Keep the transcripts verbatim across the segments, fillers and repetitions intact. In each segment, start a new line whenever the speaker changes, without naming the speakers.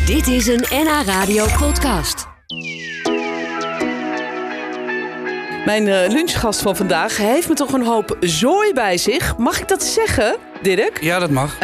Dit is een N H Radio podcast.
Mijn uh, lunchgast van vandaag heeft me toch een hoop zooi bij zich. Mag ik dat zeggen, Dirk?
Ja, dat mag.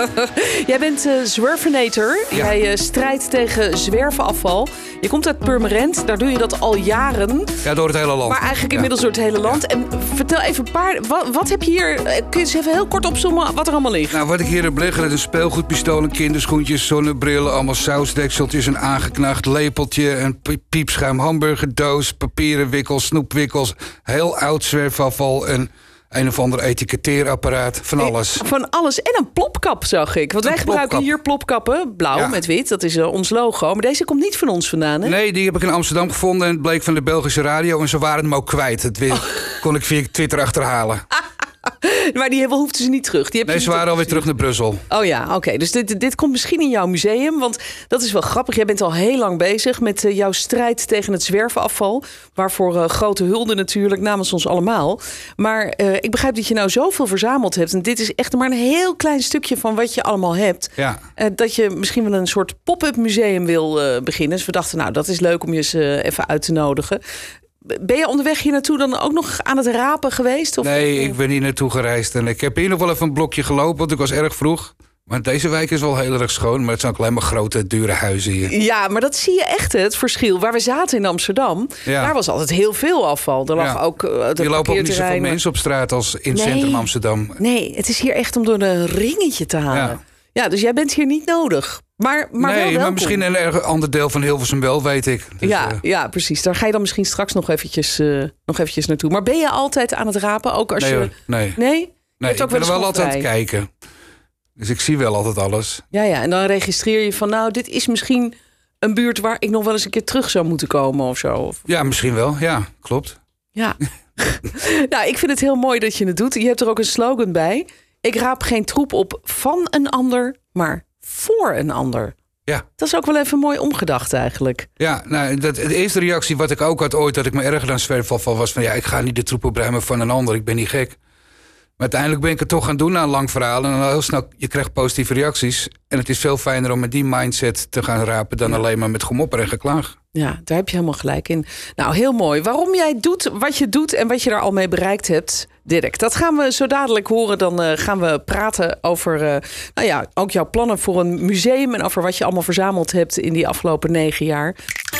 Jij bent uh, zwervenator. Ja. Jij uh, strijdt tegen zwervenafval. Je komt uit Purmerend. Daar doe je dat al jaren.
Ja, door het hele land.
Maar eigenlijk
ja.
inmiddels door het hele land. Ja. En vertel even een paar... Wat, wat heb je hier... Kun je eens even heel kort opzommen wat er allemaal ligt?
Nou, wat ik hier heb liggen, dat is speelgoedpistolen, kinderschoentjes, zonnebrillen, allemaal sausdekseltjes, een aangeknaagd lepeltje, een piepschuim hamburgerdoos, papieren wikkels, snoepwikkels, heel oud zwerfafval en een of ander etiketteerapparaat, van alles.
Van alles. En een plopkap, zag ik. Want wij gebruiken hier plopkappen, blauw ja. met wit. Dat is uh, ons logo. Maar deze komt niet van ons vandaan, hè?
Nee, die heb ik in Amsterdam gevonden en het bleek van de Belgische radio. En ze waren hem ook kwijt. Dat oh. kon ik via Twitter achterhalen.
Maar die hoefden ze niet terug. Die
nee, ze waren alweer terug naar Brussel.
Oh ja, oké. Okay. Dus dit, dit komt misschien in jouw museum. Want dat is wel grappig. Jij bent al heel lang bezig met uh, jouw strijd tegen het zwervenafval. Waarvoor uh, grote hulde natuurlijk namens ons allemaal. Maar uh, ik begrijp dat je nou zoveel verzameld hebt. En dit is echt maar een heel klein stukje van wat je allemaal hebt.
Ja.
Uh, dat je misschien wel een soort pop-up museum wil uh, beginnen. Dus we dachten, nou, dat is leuk om je eens uh, even uit te nodigen. Ben je onderweg hier naartoe dan ook nog aan het rapen geweest? Of?
Nee, ik ben hier naartoe gereisd. En ik heb hier nog wel even een blokje gelopen, want ik was erg vroeg. Maar deze wijk is wel heel erg schoon. Maar het zijn ook alleen maar grote, dure huizen hier.
Ja, maar dat zie je echt, het verschil. Waar we zaten in Amsterdam, ja. daar was altijd heel veel afval. Er lag
ja.
ook uh,
Hier lopen ook niet zoveel mensen op straat als in het
nee.
centrum Amsterdam.
Nee, het is hier echt om door een ringetje te halen. Ja, ja dus jij bent hier niet nodig. Maar, maar
nee,
wel
maar misschien een erg ander deel van Hilversum wel, weet ik. Dus,
ja,
uh...
ja, precies. Daar ga je dan misschien straks nog eventjes, uh, nog eventjes naartoe. Maar ben je altijd aan het rapen? Ook als
nee,
je...
Hoor, nee,
nee.
Nee, ik ben er wel altijd aan het kijken. Dus ik zie wel altijd alles.
Ja, ja, en dan registreer je van, nou, dit is misschien een buurt waar ik nog wel eens een keer terug zou moeten komen of zo. Of...
Ja, misschien wel. Ja, klopt.
Ja. Nou, ik vind het heel mooi dat je het doet. Je hebt er ook een slogan bij. Ik raap geen troep op van een ander, maar voor een ander.
Ja. Dat
is ook wel even mooi omgedacht eigenlijk.
Ja, nou, dat, de eerste reactie wat ik ook had ooit, dat ik me erger aan zwerfafval was van ja, ik ga niet de troep opruimen van een ander, ik ben niet gek. Maar uiteindelijk ben ik het toch gaan doen na een lang verhaal. En dan heel snel, je krijgt positieve reacties. En het is veel fijner om met die mindset te gaan rapen dan ja. alleen maar met gemopper en geklaag.
Ja, daar heb je helemaal gelijk in. Nou, heel mooi. Waarom jij doet wat je doet en wat je daar al mee bereikt hebt, Dirk, dat gaan we zo dadelijk horen. Dan uh, gaan we praten over uh, nou ja, ook jouw plannen voor een museum en over wat je allemaal verzameld hebt in die afgelopen negen jaar.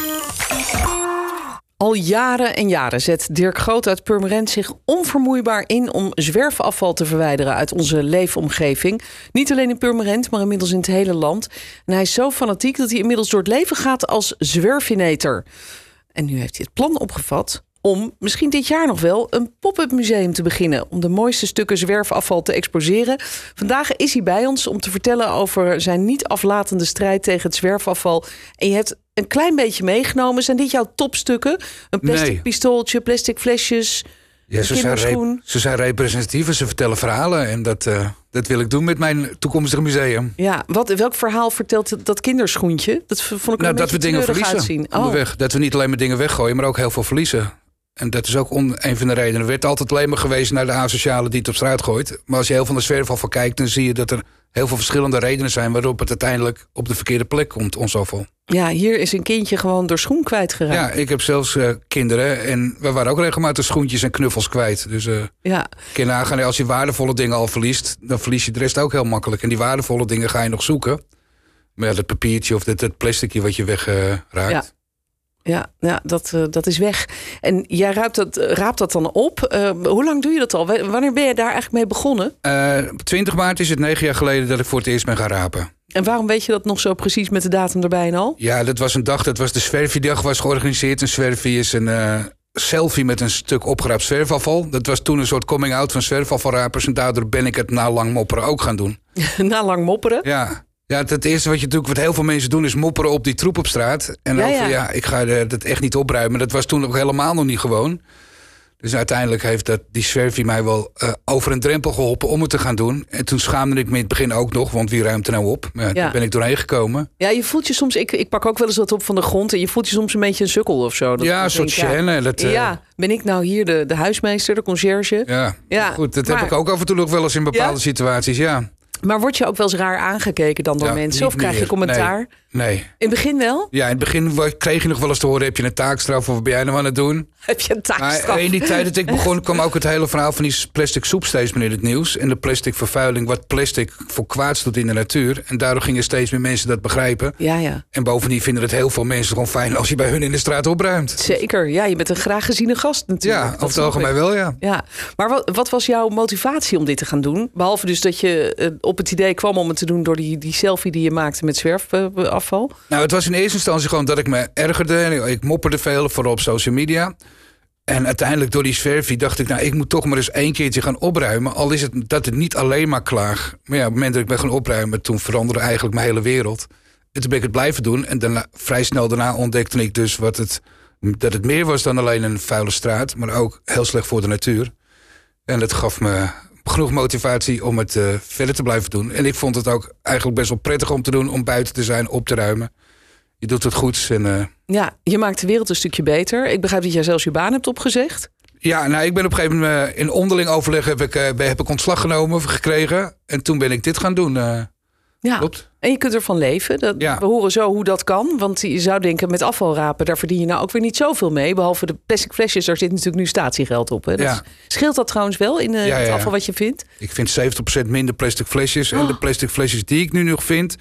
Al jaren en jaren zet Dirk Groot uit Purmerend zich onvermoeibaar in om zwerfafval te verwijderen uit onze leefomgeving. Niet alleen in Purmerend, maar inmiddels in het hele land. En hij is zo fanatiek dat hij inmiddels door het leven gaat als zwerfinator. En nu heeft hij het plan opgevat om misschien dit jaar nog wel een pop-up museum te beginnen. Om de mooiste stukken zwerfafval te exposeren. Vandaag is hij bij ons om te vertellen over zijn niet aflatende strijd tegen het zwerfafval. En je hebt een klein beetje meegenomen. Zijn dit jouw topstukken? Een plastic nee. pistooltje, plastic flesjes,
ja, ze zijn, re- ze zijn representatief en ze vertellen verhalen. En dat, uh, dat wil ik doen met mijn toekomstige museum.
Ja, wat, welk verhaal vertelt dat kinderschoentje? Dat vond ik nou, een
dat we dingen verliezen
uitzien. Oh.
onderweg. Dat we niet alleen maar dingen weggooien, maar ook heel veel verliezen. En dat is ook on, een van de redenen. Er werd altijd alleen maar gewezen naar de asociale die het op straat gooit. Maar als je heel van de zwerfafval kijkt, dan zie je dat er heel veel verschillende redenen zijn waarop het uiteindelijk op de verkeerde plek komt, ons afval.
Ja, hier is een kindje gewoon door schoen kwijtgeraakt.
Ja, ik heb zelfs uh, kinderen en we waren ook regelmatig schoentjes en knuffels kwijt. Dus uh,
ja.
kun je nagaan, als je waardevolle dingen al verliest, dan verlies je de rest ook heel makkelijk. En die waardevolle dingen ga je nog zoeken. Maar ja, dat papiertje of dat, dat plasticje wat je wegraakt. Uh,
ja. Ja, ja dat, uh, dat is weg. En jij raapt dat, raapt dat dan op. Uh, hoe lang doe je dat al? Wanneer ben je daar eigenlijk mee begonnen?
Uh, twintig maart is het negen jaar geleden dat ik voor het eerst ben gaan rapen.
En waarom weet je dat nog zo precies met de datum erbij en al?
Ja, dat was een dag, dat was de Zwerfiedag, was georganiseerd. Een Zwerfie is een uh, selfie met een stuk opgeraapt zwerfafval. Dat was toen een soort coming-out van zwerfafvalrapers. En daardoor ben ik het na lang mopperen ook gaan doen.
Na lang mopperen?
Ja. Ja, het eerste wat je natuurlijk, wat heel veel mensen doen, is mopperen op die troep op straat. En
ja,
over,
ja.
ja, ik ga dat echt niet opruimen. Dat was toen ook helemaal nog niet gewoon. Dus uiteindelijk heeft dat, die Zwerfie mij wel uh, over een drempel geholpen om het te gaan doen. En toen schaamde ik me in het begin ook nog, want wie ruimt er nou op? Maar ja, ja. Daar ben ik doorheen gekomen.
Ja, je voelt je soms, ik, ik pak ook wel eens wat op van de grond en je voelt je soms een beetje een sukkel of zo. Dat
ja, een soort gêne. Ja, dat, uh,
ja, ben ik nou hier de, de huismeester, de conciërge?
Ja, ja. Goed, dat maar, heb ik ook af en toe nog wel eens in bepaalde ja? situaties, ja.
Maar word je ook wel eens raar aangekeken dan door ja, mensen? Of krijg je commentaar?
Nee. Nee.
In het begin wel?
Ja, in het begin kreeg je nog wel eens te horen... heb je een taakstraf of wat ben jij nou aan het doen?
Heb je een taakstraf?
Maar in die tijd dat ik begon kwam ook het hele verhaal... van die plastic soep steeds meer in het nieuws. En de plastic vervuiling, wat plastic voor kwaads doet in de natuur. En daardoor gingen steeds meer mensen dat begrijpen.
Ja, ja.
En bovendien vinden het heel veel mensen gewoon fijn... als je bij hun in de straat opruimt.
Zeker, ja. Je bent een graag geziene gast natuurlijk.
Ja, over het algemeen wel, ja.
ja. Maar wat, wat was jouw motivatie om dit te gaan doen? Behalve dus dat je uh, op het idee kwam om het te doen... door die, die selfie die je maakte met zwerfafval.
Nou, het was in eerste instantie gewoon dat ik me ergerde. Ik mopperde veel, vooral op social media. En uiteindelijk door die zwerfie dacht ik... nou, ik moet toch maar eens één keertje gaan opruimen. Al is het dat het niet alleen maar klaag. Maar ja, op het moment dat ik ben gaan opruimen... toen veranderde eigenlijk mijn hele wereld. En toen ben ik het blijven doen. En daarna, vrij snel daarna ontdekte ik dus wat het, dat het meer was dan alleen een vuile straat... maar ook heel slecht voor de natuur. En dat gaf me genoeg motivatie om het uh, verder te blijven doen. En ik vond het ook eigenlijk best wel prettig om te doen... om buiten te zijn, op te ruimen. Je doet het goed. En, uh...
Ja, je maakt de wereld een stukje beter. Ik begrijp dat jij zelfs je baan hebt opgezegd.
Ja, nou, ik ben op een gegeven moment... Uh, in onderling overleg heb ik, uh, heb ik ontslag genomen, gekregen. En toen ben ik dit gaan doen. Uh,
ja,
klopt. En
je kunt ervan leven. Dat, ja. We horen zo hoe dat kan. Want je zou denken, met afvalrapen... daar verdien je nou ook weer niet zoveel mee. Behalve de plastic flesjes, daar zit natuurlijk nu statiegeld op. Hè? Dat
ja.
Scheelt dat trouwens wel in uh, ja, het afval ja. wat je vindt?
Ik vind zeventig procent minder plastic flesjes. Oh. En de plastic flesjes die ik nu nog vind...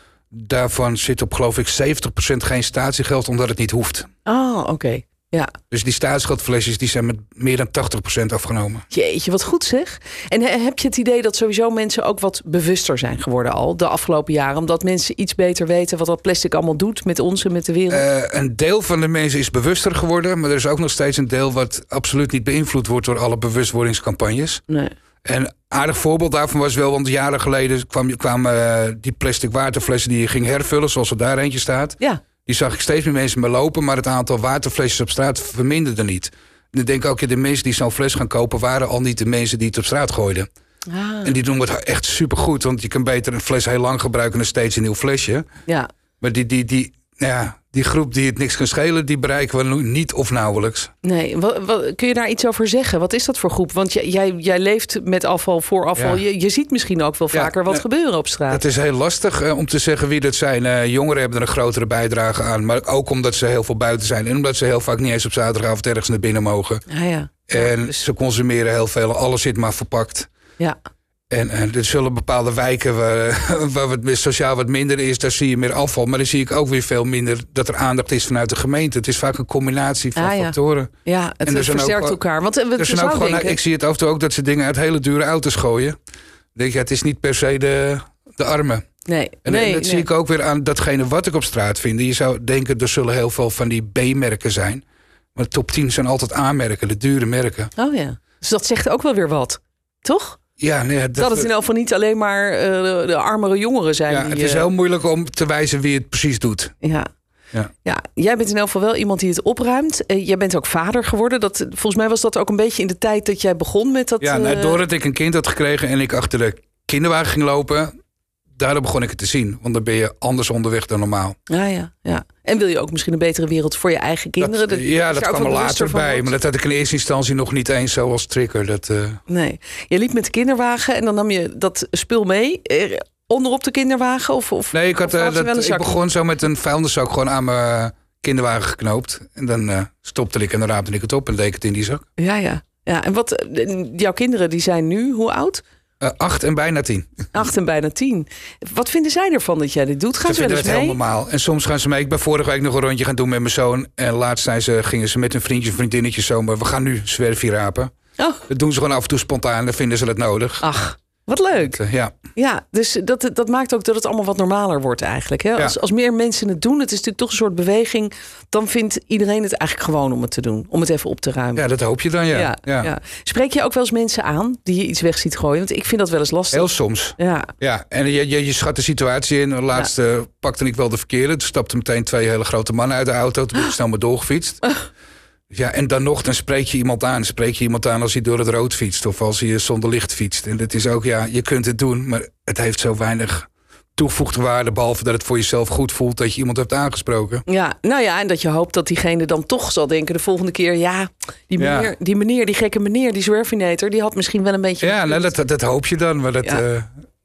daarvan zit op, geloof ik, zeventig procent geen statiegeld... omdat het niet hoeft.
Oh, oké. Okay. Ja.
Dus die staatsgeldflesjes die zijn met meer dan tachtig procent afgenomen.
Jeetje, wat goed zeg. En heb je het idee dat sowieso mensen ook wat bewuster zijn geworden al... de afgelopen jaren? Omdat mensen iets beter weten wat dat plastic allemaal doet... met ons en met de wereld?
Uh, een deel van de mensen is bewuster geworden... maar er is ook nog steeds een deel wat absoluut niet beïnvloed wordt... door alle bewustwordingscampagnes.
Nee.
En een aardig voorbeeld daarvan was wel... want jaren geleden kwamen kwam, uh, die plastic waterflessen... die je ging hervullen, zoals er daar eentje staat...
Ja.
Die zag ik steeds meer mensen mee lopen... maar het aantal waterflesjes op straat verminderde niet. En dan denk ik ook, ja, de mensen die zo'n fles gaan kopen... waren al niet de mensen die het op straat gooiden.
Ah.
En die doen het echt supergoed. Want je kan beter een fles heel lang gebruiken... dan steeds een nieuw flesje.
Ja.
Maar die, die, die, ja, die groep die het niks kan schelen... die bereiken we nu niet of nauwelijks.
Nee, wat, wat, kun je daar iets over zeggen? Wat is dat voor groep? Want jij, jij, jij leeft met afval, voor afval. Ja. Je, je ziet misschien ook wel vaker ja, wat uh, gebeuren op straat.
Het is heel lastig uh, om te zeggen wie dat zijn. Uh, jongeren hebben er een grotere bijdrage aan. Maar ook omdat ze heel veel buiten zijn. En omdat ze heel vaak niet eens op zaterdagavond ergens naar binnen mogen.
Ah, ja.
En
ja, dus...
ze consumeren heel veel. Alles zit maar verpakt.
Ja.
En uh, er zullen bepaalde wijken waar, waar het sociaal wat minder is, daar zie je meer afval. Maar dan zie ik ook weer veel minder dat er aandacht is vanuit de gemeente. Het is vaak een combinatie van
ah, ja.
factoren.
Ja, het, het versterkt ook, elkaar. Want, uh,
er zijn ook gewoon, nou, ik zie het af en toe ook dat ze dingen uit hele dure auto's gooien. Dan denk je, het is niet per se de, de armen.
Nee,
en,
nee,
en dat
nee.
zie ik ook weer aan datgene wat ik op straat vind. Je zou denken, er zullen heel veel van die B-merken zijn. Maar de top tien zijn altijd A-merken, de dure merken.
Oh ja, dus dat zegt ook wel weer wat, toch?
Ja, nee, dat,
dat het in elk geval niet alleen maar uh, de armere jongeren zijn.
Ja,
die,
het is heel moeilijk om te wijzen wie het precies doet.
Ja.
Ja.
ja, jij bent in elk geval wel iemand die het opruimt. Uh, jij bent ook vader geworden. Dat, volgens mij was dat ook een beetje in de tijd dat jij begon met dat...
Ja, nou, doordat ik een kind had gekregen en ik achter de kinderwagen ging lopen... daardoor begon ik het te zien. Want dan ben je anders onderweg dan normaal.
Ja, ja, ja. En wil je ook misschien een betere wereld voor je eigen kinderen?
Dat, ja, dat kwam er later bij.
Wordt.
Maar dat had ik in eerste instantie nog niet eens zo als trigger. Dat, uh...
Nee, je liep met de kinderwagen en dan nam je dat spul mee... onderop de kinderwagen? Of, of,
nee, ik, had,
of
uh, dat, ik begon zo met een vuilniszak gewoon aan mijn kinderwagen geknoopt. En dan uh, stopte ik en dan raapte ik het op en deed ik het in die zak.
Ja, ja. ja. En wat, jouw kinderen die zijn nu, hoe oud?
Uh, acht en bijna tien.
Acht en bijna tien. Wat vinden zij ervan dat jij dit doet? Gaan ze,
ze
wel eens mee?
Het heel normaal. En soms gaan ze mee. Ik ben vorige week nog een rondje gaan doen met mijn zoon. En laatst zijn ze, gingen ze met een vriendje of vriendinnetje zo. Maar we gaan nu zwerfje rapen.
Oh.
Dat doen ze gewoon af en toe spontaan. Dan vinden ze het nodig.
Ach, wat leuk.
Dat, uh, ja.
ja, dus dat, dat maakt ook dat het allemaal wat normaler wordt eigenlijk. Hè? Als, ja. als meer mensen het doen, het is natuurlijk toch een soort beweging... dan vindt iedereen het eigenlijk gewoon om het te doen. Om het even op te ruimen.
Ja, dat hoop je dan, ja.
ja,
ja.
ja. Spreek je ook wel eens mensen aan die je iets weg ziet gooien? Want ik vind dat wel eens lastig.
Heel soms.
Ja.
ja. En je, je, je schat de situatie in. Laatst ja. uh, pakte ik wel de verkeerde. Toen stapten meteen twee hele grote mannen uit de auto. Toen ben ik snel maar doorgefietst. Ja, en dan nog, dan spreek je iemand aan. Spreek je iemand aan als hij door het rood fietst. Of als hij zonder licht fietst. En dat is ook, ja, je kunt het doen. Maar het heeft zo weinig toegevoegde waarde. Behalve dat het voor jezelf goed voelt dat je iemand hebt aangesproken.
Ja, nou ja, en dat je hoopt dat diegene dan toch zal denken de volgende keer... ja, die meneer, ja. die, meneer die gekke meneer, die zwerfinator... die had misschien wel een beetje...
Ja, nou, dat, dat, dat hoop je dan. Maar dat, ja. uh,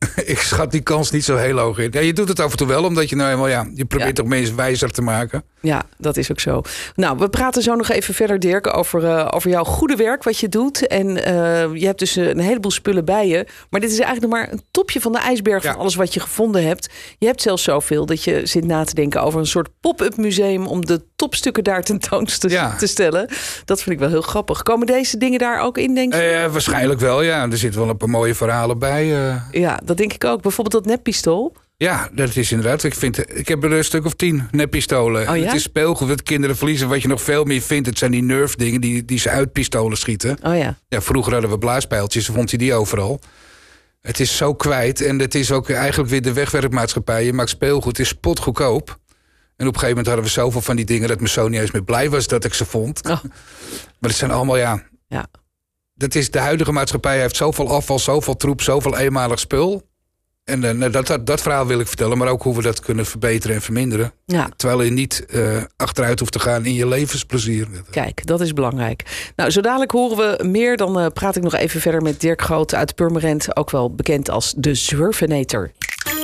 ik schat die kans niet zo heel hoog in. Ja, je doet het af en toe wel, omdat je nou helemaal, ja, je probeert
ja.
toch mensen wijzer te maken.
Ja, dat is ook zo. Nou, we praten zo nog even verder, Dirk, over, uh, over jouw goede werk wat je doet. En uh, je hebt dus een heleboel spullen bij je. Maar dit is eigenlijk nog maar een topje van de ijsberg van ja. alles wat je gevonden hebt. Je hebt zelfs zoveel dat je zit na te denken over een soort pop-up museum om de topstukken daar tentoon te, ja. te stellen. Dat vind ik wel heel grappig. Komen deze dingen daar ook in, denk je?
Uh, waarschijnlijk wel, ja. Er zitten wel een paar mooie verhalen bij. Uh...
Ja, dat denk ik ook. Bijvoorbeeld dat neppistool.
Ja, dat is inderdaad. Ik, vind, ik heb er een stuk of tien neppistolen.
Oh, ja?
Het is speelgoed dat kinderen verliezen. Wat je nog veel meer vindt, het zijn die Nerf dingen die, die ze uit pistolen schieten.
Oh ja.
Ja, vroeger hadden we blaaspijltjes, vond je die overal. Het is zo kwijt en het is ook eigenlijk weer de wegwerpmaatschappij. Je maakt speelgoed, het is spotgoedkoop. En op een gegeven moment hadden we zoveel van die dingen dat mijn zoon niet eens meer blij was dat ik ze vond. Oh. Maar het zijn allemaal, ja...
ja.
Dat is, de huidige maatschappij heeft zoveel afval, zoveel troep, zoveel eenmalig spul. En uh, dat, dat, dat verhaal wil ik vertellen, maar ook hoe we dat kunnen verbeteren en verminderen. Ja. Terwijl je niet uh, achteruit hoeft te gaan in je levensplezier.
Kijk, dat is belangrijk. Nou, zo dadelijk horen we meer. Dan uh, praat ik nog even verder met Dirk Groot uit Purmerend. Ook wel bekend als de Zwurvenator.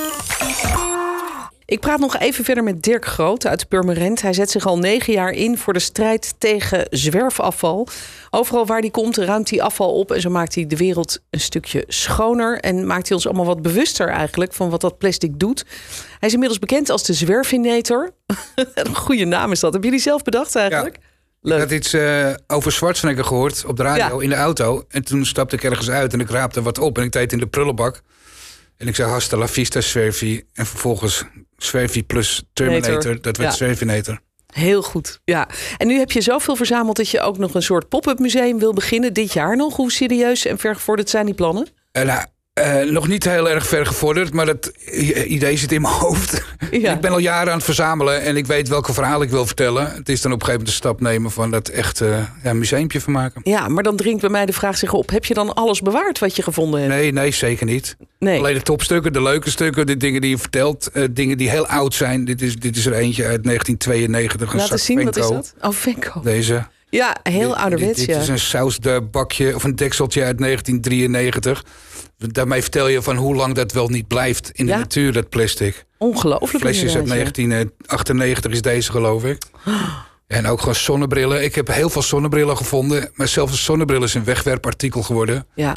Ik praat nog even verder met Dirk Groot uit Purmerend. Hij zet zich al negen jaar in voor de strijd tegen zwerfafval. Overal waar hij komt ruimt hij afval op en zo maakt hij de wereld een stukje schoner. En maakt hij ons allemaal wat bewuster eigenlijk van wat dat plastic doet. Hij is inmiddels bekend als de Zwervenator. Een goede naam is dat. Heb je die zelf bedacht eigenlijk?
Ja. Leuk. Ik had iets uh, over Schwarzenegger gehoord op de radio ja. in de auto. En toen stapte ik ergens uit en ik raapte wat op. En ik deed in de prullenbak. En ik zei hasta la vista, Zwerfie. En vervolgens Zwerfie plus Terminator. Nator. Dat werd ja. Zwervenator.
Heel goed, ja. En nu heb je zoveel verzameld dat je ook nog een soort pop-up museum wil beginnen. Dit jaar nog. Hoe serieus en vergevorderd zijn die plannen?
Uh, nou, uh, nog niet heel erg vergevorderd, maar dat idee zit in mijn hoofd. Ja. Ik ben al jaren aan het verzamelen en ik weet welke verhaal ik wil vertellen. Het is dan op een gegeven moment de stap nemen van dat echt uh, ja, museumpje van maken.
Ja, maar dan dringt bij mij de vraag zich op. Heb je dan alles bewaard wat je gevonden hebt?
Nee, nee, zeker niet.
Nee.
Alleen de topstukken, de leuke stukken, de dingen die je vertelt. Uh, dingen die heel oud zijn. Dit is, dit is er eentje uit negentien tweeënnegentig. Een
Laten zien,
Venco.
wat is dat? Oh, Venco.
Deze.
Ja, heel ouderwets,
Dit, dit
ja.
is een sausbakje of een dekseltje uit negentien drieënnegentig. Daarmee vertel je van hoe lang dat wel niet blijft in de ja. natuur, dat plastic.
Ongelooflijk.
Flesjes uit negentien achtennegentig is deze, geloof ik. En ook gewoon zonnebrillen. Ik heb heel veel zonnebrillen gevonden. Maar zelfs een zonnebril is een wegwerpartikel geworden.
Ja.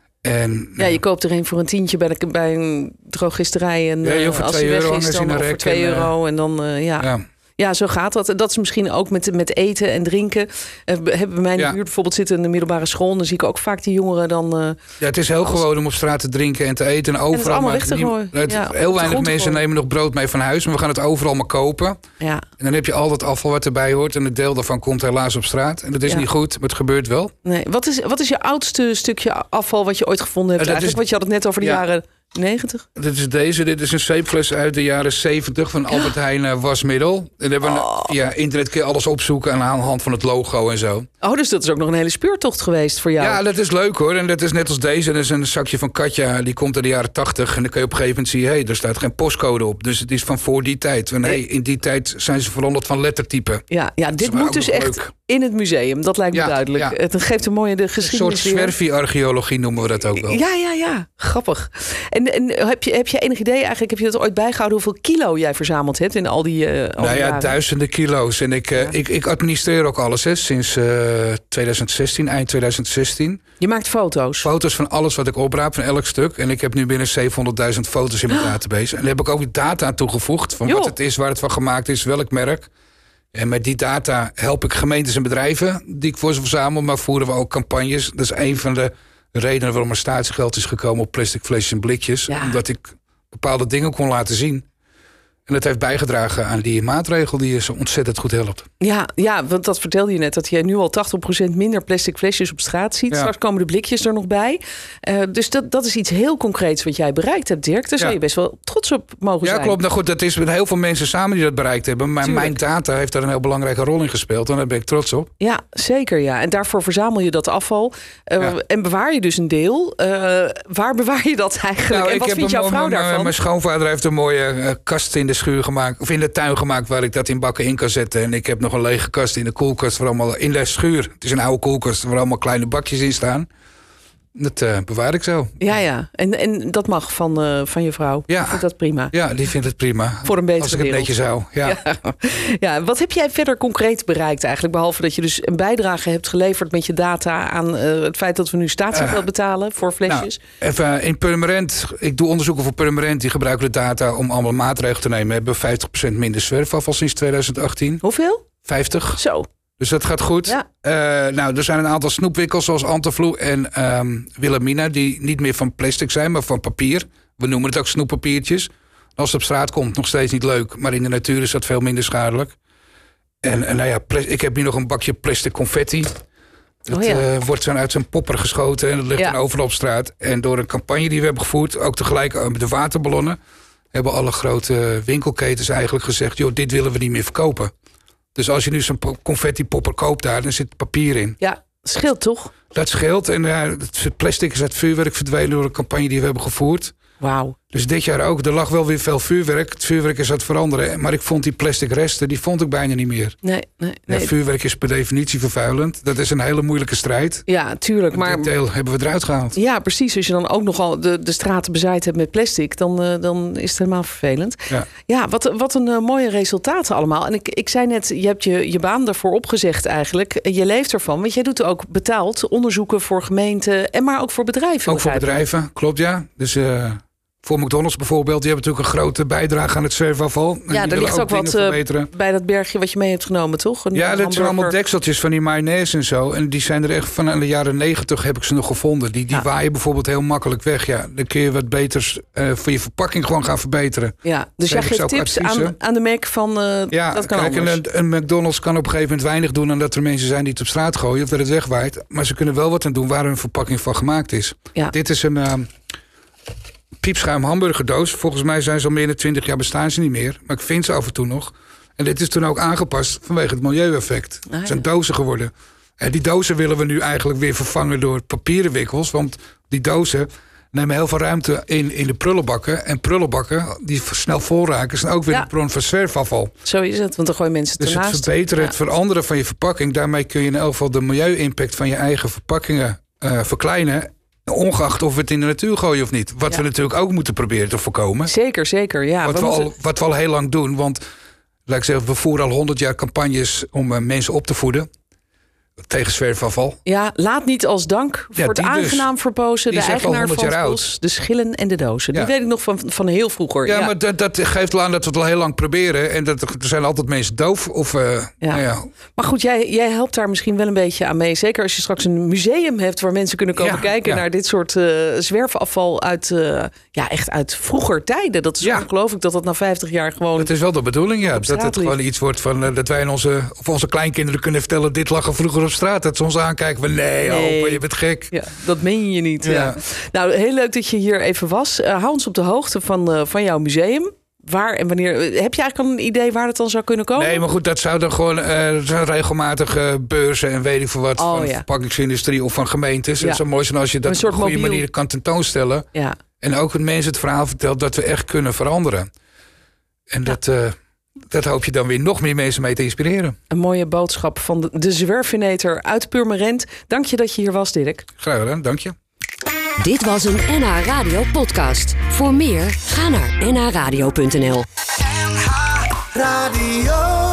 En,
ja, je koopt er een voor een tientje bij, de, bij een drogisterij. En
ja, je
uh, als hij weg is, dan voor twee
en,
euro. En dan, uh, ja...
ja.
Ja, zo gaat dat. Dat is misschien ook met, met eten en drinken. Uh, hebben bij mij in de
ja.
buurt bijvoorbeeld zitten in de middelbare school. En dan zie ik ook vaak die jongeren dan... Uh,
ja, het is heel als... gewoon om op straat te drinken en te eten. En overal. En het
allemaal weg te gooien.
Ja, heel weinig mensen nemen nog brood mee van huis. Maar we gaan het overal maar kopen.
Ja.
En dan heb je al dat afval wat erbij hoort. En een deel daarvan komt helaas op straat. En dat is ja. niet goed, maar het gebeurt wel.
Nee. Wat is, wat is je oudste stukje afval wat je ooit gevonden hebt? Uh, eigenlijk? Is... Want je had het net over de ja. jaren... negentig?
Dit is deze. Dit is een zeepfles uit de jaren zeventig van Albert Heijn uh, wasmiddel. En hebben oh. Via internet kun je alles opzoeken aan de hand van het logo en zo.
Oh, dus dat is ook nog een hele speurtocht geweest voor jou.
Ja, dat is leuk hoor. En dat is net als deze. Dat is een zakje van Katja. Die komt uit de jaren tachtig. En dan kun je op een gegeven moment zien, hé, hey, er staat geen postcode op. Dus het is van voor die tijd. Want hey, in die tijd zijn ze veranderd van lettertype.
Ja, ja dit moet dus echt leuk. In het museum. Dat lijkt me ja, duidelijk. Ja. Het geeft een mooie de geschiedenis.
Een soort zwerfie-archeologie noemen we dat ook wel.
Ja, ja, ja. Grappig. En, en heb, je, heb je enig idee eigenlijk, heb je dat ooit bijgehouden hoeveel kilo jij verzameld hebt in al die, uh, al
nou
die
ja,
jaren?
duizenden kilo's. En ik, uh, ja. ik, ik administreer ook alles hè, sinds uh, twintig zestien, eind twintig zestien.
Je maakt foto's?
Foto's van alles wat ik opraap, van elk stuk. En ik heb nu binnen zevenhonderdduizend foto's in mijn oh. database. En daar heb ik ook data aan toegevoegd van jo. wat het is, waar het van gemaakt is, welk merk. En met die data help ik gemeentes en bedrijven die ik voor ze verzamel. Maar voeren we ook campagnes. Dat is een van de redenen waarom er statiegeld is gekomen op plastic flesjes en blikjes. Ja. Omdat ik bepaalde dingen kon laten zien. En dat heeft bijgedragen aan die maatregel die je zo ontzettend goed helpt.
Ja, ja, want dat vertelde je net. Dat jij nu al tachtig procent minder plastic flesjes op straat ziet. Ja. Straks komen de blikjes er nog bij. Uh, dus dat, dat is iets heel concreets wat jij bereikt hebt, Dirk. Daar zou ja. je best wel trots op mogen
ja,
zijn.
Ja, klopt. Nou goed, dat is met heel veel mensen samen die dat bereikt hebben. Maar Tuurlijk. mijn data heeft daar een heel belangrijke rol in gespeeld. En daar ben ik trots op.
Ja, zeker. Ja. En daarvoor verzamel je dat afval. Uh, ja. En bewaar je dus een deel. Uh, waar bewaar je dat eigenlijk? Nou, en wat vindt jouw vrouw daarvan?
Mijn schoonvader heeft een mooie uh, kast in de schuur gemaakt. Of in de tuin gemaakt waar ik dat in bakken in kan zetten. En ik heb nog een lege kast in de koelkast. Waar allemaal, in de schuur. Het is een oude koelkast waar allemaal kleine bakjes in staan. Dat uh, bewaar ik zo.
Ja, ja. En, en dat mag van, uh, van je vrouw.
Ja.
Ik vind dat prima.
Ja, die vindt het prima.
Voor een betere
Als ik het
wereld.
netjes hou. Ja.
Ja. Ja, wat heb jij verder concreet bereikt eigenlijk? Behalve dat je dus een bijdrage hebt geleverd met je data aan uh, het feit dat we nu statiegeld uh, betalen voor flesjes.
Nou, even in Purmerend. Ik doe onderzoeken voor Purmerend. Die gebruiken de data om allemaal maatregelen te nemen. We hebben vijftig procent minder zwerfafval sinds twintig achttien.
Hoeveel?
vijftig.
Zo.
Dus dat gaat goed.
Ja.
Uh, nou, er zijn een aantal snoepwinkels zoals Antevloe en um, Wilhelmina... die niet meer van plastic zijn, maar van papier. We noemen het ook snoeppapiertjes. Als het op straat komt, nog steeds niet leuk. Maar in de natuur is dat veel minder schadelijk. En, en nou ja, ik heb hier nog een bakje plastic confetti. Dat oh ja. uh, wordt zo uit zijn popper geschoten en dat ligt ja. dan overal op straat. En door een campagne die we hebben gevoerd, ook tegelijk met de waterballonnen... hebben alle grote winkelketens eigenlijk gezegd... joh, dit willen we niet meer verkopen. Dus als je nu zo'n confetti-popper koopt daar, dan zit papier in.
Ja, scheelt toch?
Dat scheelt. En uh, het plastic is uit vuurwerk verdwenen door een campagne die we hebben gevoerd.
Wauw.
Dus dit jaar ook. Er lag wel weer veel vuurwerk. Het vuurwerk is aan het veranderen. Maar ik vond die plastic resten, die vond ik bijna niet meer.
Nee, nee, nee.
Ja, vuurwerk is per definitie vervuilend. Dat is een hele moeilijke strijd.
Ja, tuurlijk. Maar
dit deel hebben we eruit gehaald.
Ja, precies. Als je dan ook nogal de, de straten bezaaid hebt met plastic, dan, uh, dan is het helemaal vervelend.
Ja,
ja wat, wat een uh, mooie resultaten allemaal. En ik, ik zei net, je hebt je, je baan daarvoor opgezegd eigenlijk. Je leeft ervan, want jij doet ook betaald onderzoeken voor gemeenten en maar ook voor bedrijven.
Ook voor bedrijven, klopt ja. Dus... Uh, Voor McDonald's bijvoorbeeld, die hebben natuurlijk een grote bijdrage aan het zwerfafval.
Ja, er ligt ook, ook wat uh, bij dat bergje wat je mee hebt genomen, toch? Een
ja, dat hamburger. Zijn allemaal dekseltjes van die mayonaise en zo. En die zijn er echt van de jaren negentig heb ik ze nog gevonden. Die, die ja. waaien bijvoorbeeld heel makkelijk weg. Ja, dan kun je wat beters uh, voor je verpakking gewoon gaan verbeteren.
Ja, dus jij geeft tips aan, aan de Mac van uh,
ja,
dat kan
kijk,
anders.
Een, een McDonald's kan op een gegeven moment weinig doen... omdat er mensen zijn die het op straat gooien of dat het wegwaait. Maar ze kunnen wel wat aan doen waar hun verpakking van gemaakt is. Ja. Dit is een... Uh, piepschuim hamburgerdoos. Volgens mij zijn ze al meer dan twintig jaar bestaan ze niet meer. Maar ik vind ze af en toe nog. En dit is toen ook aangepast vanwege het milieueffect. Ah, ja. Het zijn dozen geworden. En die dozen willen we nu eigenlijk weer vervangen door papieren wikkels. Want die dozen nemen heel veel ruimte in, in de prullenbakken. En prullenbakken die snel vol raken zijn ook weer ja. een bron van zwerfafval.
Zo is het, want dan gooien mensen
dus
ernaast.
Dus het verbeteren, ja. het veranderen van je verpakking. Daarmee kun je in elk geval de milieu-impact van je eigen verpakkingen uh, verkleinen. Ongeacht of we het in de natuur gooien of niet. Wat ja. we natuurlijk ook moeten proberen te voorkomen.
Zeker, zeker. Ja,
wat, we, we moeten... al, wat we al heel lang doen. Want laat ik zeggen, we voeren al honderd jaar campagnes om uh, mensen op te voeden. Tegen zwerfafval.
Ja, laat niet als dank
ja,
voor het aangenaam
dus.
verpozen. De eigenaar van het bos, de schillen en de dozen. Ja. Die weet ik nog van, van heel vroeger.
Ja,
ja.
maar dat, dat geeft wel aan dat we het al heel lang proberen. En dat, er zijn altijd mensen doof. Of, uh,
ja.
Nou ja.
Maar goed, jij, jij helpt daar misschien wel een beetje aan mee. Zeker als je straks een museum hebt waar mensen kunnen komen ja, kijken ja. naar dit soort uh, zwerfafval uit, uh, ja, echt uit vroeger tijden. Dat is ja. ongelooflijk dat dat na vijftig jaar gewoon.
Het is wel de bedoeling, ja. Dat het
ligt.
gewoon iets wordt van uh, dat wij aan onze, of onze kleinkinderen kunnen vertellen: dit lag er vroeger op straat. Dat ze ons aankijken van nee, nee. Opa, je bent gek.
Ja, dat meen je niet. Ja. Ja. Nou, heel leuk dat je hier even was. Uh, hou ons op de hoogte van, uh, van jouw museum. Waar en wanneer? Heb je eigenlijk al een idee waar het dan zou kunnen komen?
Nee, maar goed, dat zou dan gewoon uh, regelmatig uh, beurzen en weet ik veel wat
oh,
van
ja.
verpakkingsindustrie of van gemeentes. Ja. Het zou mooi zijn als je dat op een goede mobiel... manier kan tentoonstellen.
Ja.
En ook met mensen het verhaal vertelt dat we echt kunnen veranderen. En ja. dat, uh, dat hoop je dan weer nog meer mensen mee te inspireren.
Een mooie boodschap van de, de zwerfinator uit Purmerend. Dank je dat je hier was, Dirk.
Graag gedaan, dank je.
Dit was een N H Radio podcast. Voor meer, ga naar n h radio punt n l.
N H Radio.